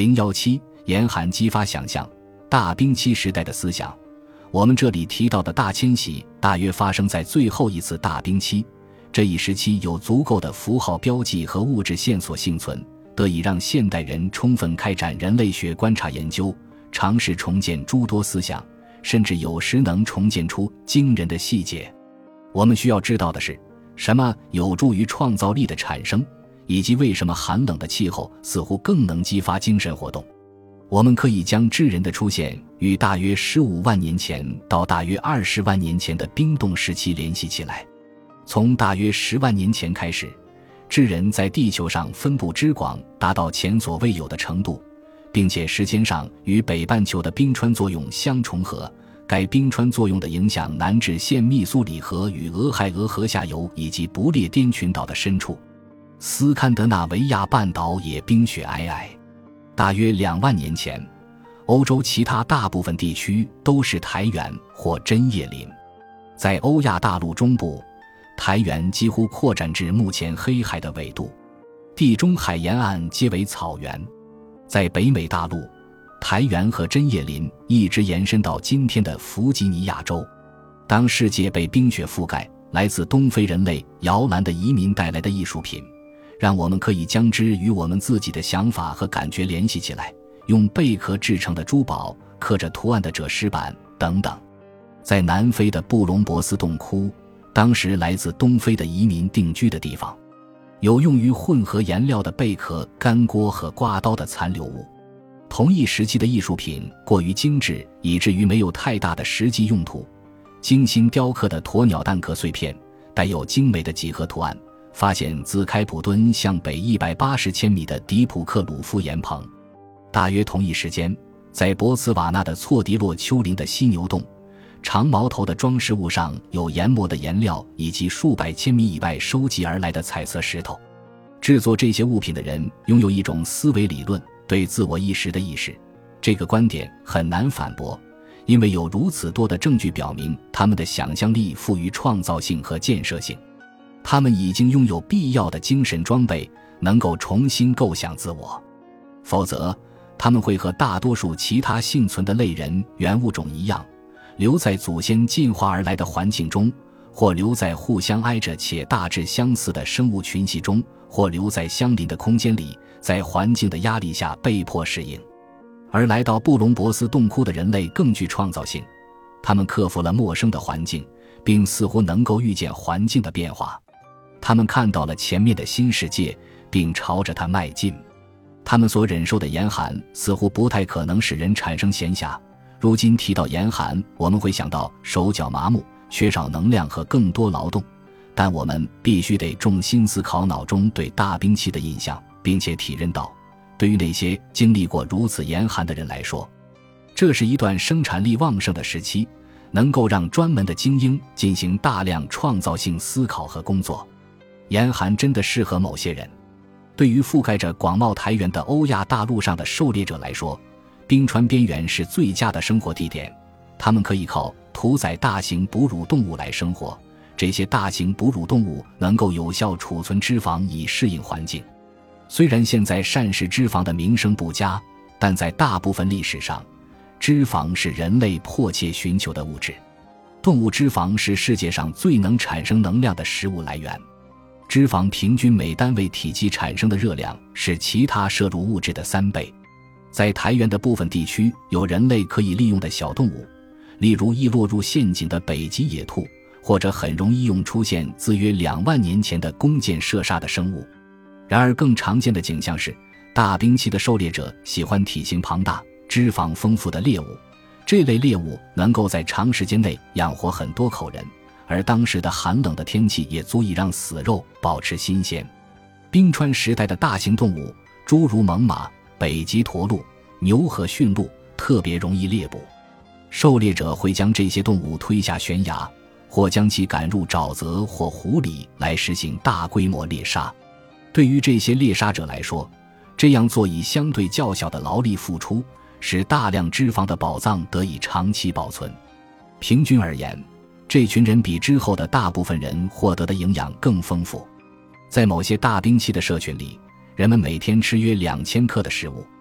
017严寒激发想象，大冰期时代的思想。我们这里提到的大迁徙大约发生在最后一次大冰期，这一时期有足够的符号标记和物质线索幸存，得以让现代人充分开展人类学观察研究，尝试重建诸多思想，甚至有时能重建出惊人的细节。我们需要知道的是，什么有助于创造力的产生，以及为什么寒冷的气候似乎更能激发精神活动。我们可以将智人的出现与大约15万年前到大约20万年前的冰冻时期联系起来。从大约10万年前开始，智人在地球上分布之广达到前所未有的程度，并且时间上与北半球的冰川作用相重合。该冰川作用的影响南至现密苏里河与俄亥俄河下游以及不列颠群岛的深处。斯堪的纳维亚半岛也冰雪皑皑。大约2万年前，欧洲其他大部分地区都是苔原或针叶林。在欧亚大陆中部，苔原几乎扩展至目前黑海的纬度，地中海沿岸皆为草原。在北美大陆，苔原和针叶林一直延伸到今天的弗吉尼亚州。当世界被冰雪覆盖，来自东非人类摇篮的移民带来的艺术品，让我们可以将之与我们自己的想法和感觉联系起来，用贝壳制成的珠宝、刻着图案的赭石板等等。在南非的布隆博斯洞窟，当时来自东非的移民定居的地方，有用于混合颜料的贝壳、干锅和刮刀的残留物。同一时期的艺术品过于精致，以至于没有太大的实际用途。精心雕刻的鸵鸟蛋壳碎片，带有精美的几何图案，发现自开普敦向北180千米的迪普克鲁夫岩棚。大约同一时间，在博茨瓦纳的错迪洛丘陵的犀牛洞，长矛头的装饰物上有研磨的颜料以及数百千米以外收集而来的彩色石头。制作这些物品的人拥有一种思维理论，对自我意识的意识。这个观点很难反驳，因为有如此多的证据表明他们的想象力富于创造性和建设性。他们已经拥有必要的精神装备，能够重新构想自我。否则，他们会和大多数其他幸存的类人原物种一样，留在祖先进化而来的环境中，或留在互相挨着且大致相似的生物群系中，或留在相邻的空间里，在环境的压力下被迫适应。而来到布隆博斯洞窟的人类更具创造性，他们克服了陌生的环境，并似乎能够预见环境的变化。他们看到了前面的新世界，并朝着它迈进。他们所忍受的严寒似乎不太可能使人产生闲暇。如今提到严寒，我们会想到手脚麻木，缺少能量和更多劳动，但我们必须得重心思考脑中对大冰期的印象，并且体认到，对于那些经历过如此严寒的人来说，这是一段生产力旺盛的时期，能够让专门的精英进行大量创造性思考和工作。严寒真的适合某些人。对于覆盖着广袤苔原的欧亚大陆上的狩猎者来说，冰川边缘是最佳的生活地点。他们可以靠屠宰大型哺乳动物来生活，这些大型哺乳动物能够有效储存脂肪以适应环境。虽然现在膳食脂肪的名声不佳，但在大部分历史上，脂肪是人类迫切寻求的物质。动物脂肪是世界上最能产生能量的食物来源。脂肪平均每单位体积产生的热量是其他摄入物质的3倍。在苔原的部分地区有人类可以利用的小动物，例如易落入陷阱的北极野兔，或者很容易用出现自约2万年前的弓箭射杀的生物。然而更常见的景象是，大冰期的狩猎者喜欢体型庞大、脂肪丰富的猎物，这类猎物能够在长时间内养活很多口人，而当时的寒冷的天气也足以让死肉保持新鲜。冰川时代的大型动物，诸如猛犸、北极驼鹿、牛和驯鹿，特别容易猎捕。狩猎者会将这些动物推下悬崖，或将其赶入沼泽或湖里来实行大规模猎杀。对于这些猎杀者来说，这样做以相对较小的劳力付出，使大量脂肪的宝藏得以长期保存。平均而言，这群人比之后的大部分人获得的营养更丰富。在某些大冰期的社群里，人们每天吃约2000克的食物。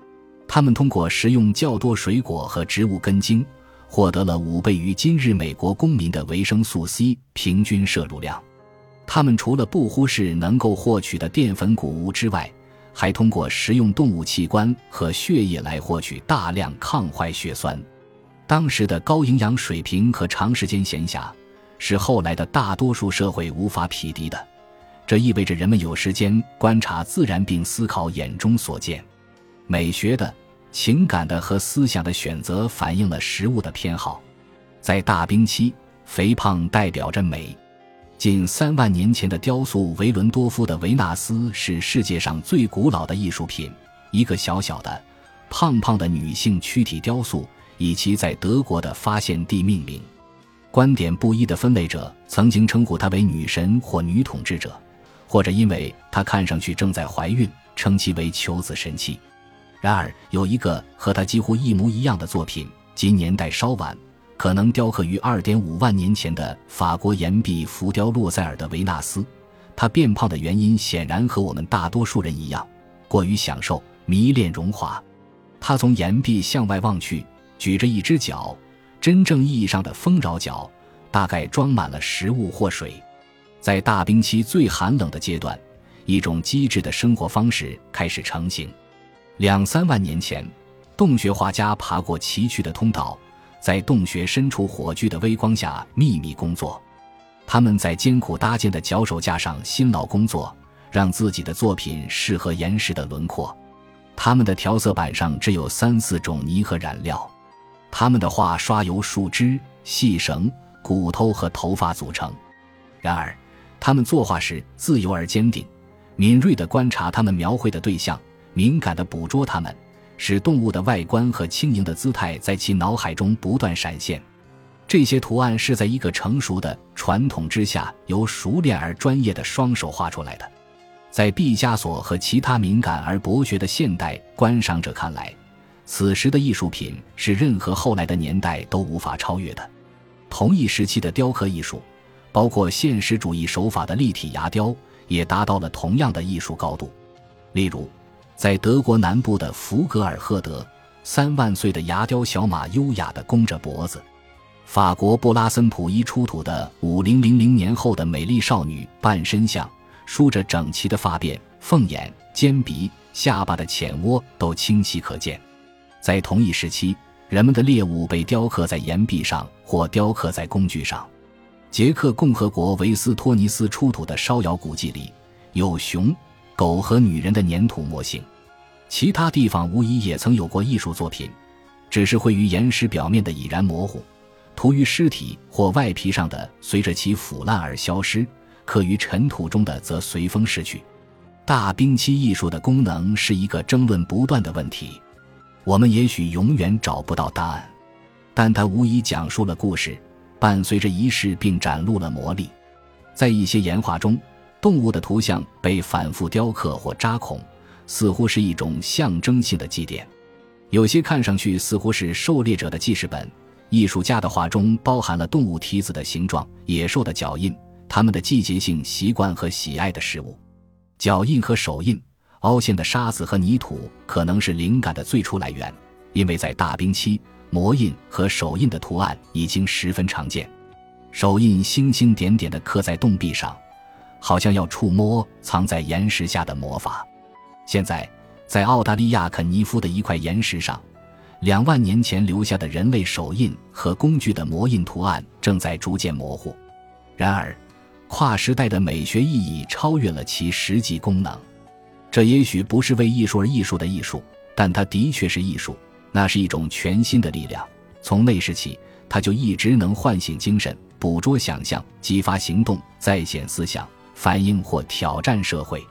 他们通过食用较多水果和植物根茎，获得了5倍于今日美国公民的维生素 C 平均摄入量。他们除了不忽视能够获取的淀粉谷物之外，还通过食用动物器官和血液来获取大量抗坏血酸。当时的高营养水平和长时间闲暇，是后来的大多数社会无法匹敌的。这意味着人们有时间观察自然并思考眼中所见。美学的、情感的和思想的选择反映了食物的偏好。在大冰期，肥胖代表着美。近3万年前的雕塑维伦多夫的维纳斯是世界上最古老的艺术品，一个小小的、胖胖的女性躯体雕塑，以其在德国的发现地命名。观点不一的分类者曾经称呼她为女神或女统治者，或者因为她看上去正在怀孕，称其为求子神器。然而，有一个和她几乎一模一样的作品，其年代稍晚，可能雕刻于2.5万年前的法国岩壁浮雕洛塞尔的维纳斯。她变胖的原因显然和我们大多数人一样，过于享受、迷恋荣华。她从岩壁向外望去，举着一只脚，真正意义上的丰饶脚，大概装满了食物或水。在大冰期最寒冷的阶段，一种机智的生活方式开始成型。2-3万年前，洞穴画家爬过崎岖的通道，在洞穴深处火炬的微光下秘密工作。他们在艰苦搭建的脚手架上辛劳工作，让自己的作品适合岩石的轮廓。他们的调色板上只有3-4种泥和染料。他们的画刷由树枝、细绳、骨头和头发组成。然而，他们作画时自由而坚定，敏锐地观察他们描绘的对象，敏感地捕捉它们，使动物的外观和轻盈的姿态在其脑海中不断闪现。这些图案是在一个成熟的传统之下，由熟练而专业的双手画出来的。在毕加索和其他敏感而博学的现代观赏者看来，此时的艺术品是任何后来的年代都无法超越的。同一时期的雕刻艺术，包括现实主义手法的立体牙雕，也达到了同样的艺术高度。例如，在德国南部的福格尔赫德，3万岁的牙雕小马优雅地弓着脖子。法国布拉森普伊出土的5000年后的美丽少女半身像，梳着整齐的发辫，凤眼、尖鼻、下巴的浅窝都清晰可见。在同一时期，人们的猎物被雕刻在岩壁上或雕刻在工具上。捷克共和国维斯托尼斯出土的烧窑古迹里有熊、狗和女人的粘土模型。其他地方无疑也曾有过艺术作品，只是会于岩石表面的已然模糊，涂于尸体或外皮上的随着其腐烂而消失，刻于尘土中的则随风逝去。大冰期艺术的功能是一个争论不断的问题，我们也许永远找不到答案，但它无疑讲述了故事，伴随着仪式并展露了魔力。在一些岩画中，动物的图像被反复雕刻或扎孔，似乎是一种象征性的祭奠。有些看上去似乎是狩猎者的记事本，艺术家的画中包含了动物蹄子的形状、野兽的脚印、它们的季节性习惯和喜爱的食物。脚印和手印、凹陷的沙子和泥土可能是灵感的最初来源，因为在大冰期，模印和手印的图案已经十分常见。手印星星点点地刻在洞壁上，好像要触摸藏在岩石下的魔法。现在，在澳大利亚肯尼夫的一块岩石上，2万年前留下的人类手印和工具的模印图案正在逐渐模糊。然而，跨时代的美学意义超越了其实际功能。这也许不是为艺术而艺术的艺术，但它的确是艺术，那是一种全新的力量。从那时起，它就一直能唤醒精神，捕捉想象，激发行动，再现思想，反映或挑战社会。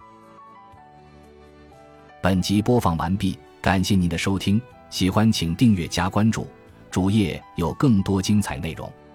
本集播放完毕，感谢您的收听，喜欢请订阅加关注，主页有更多精彩内容。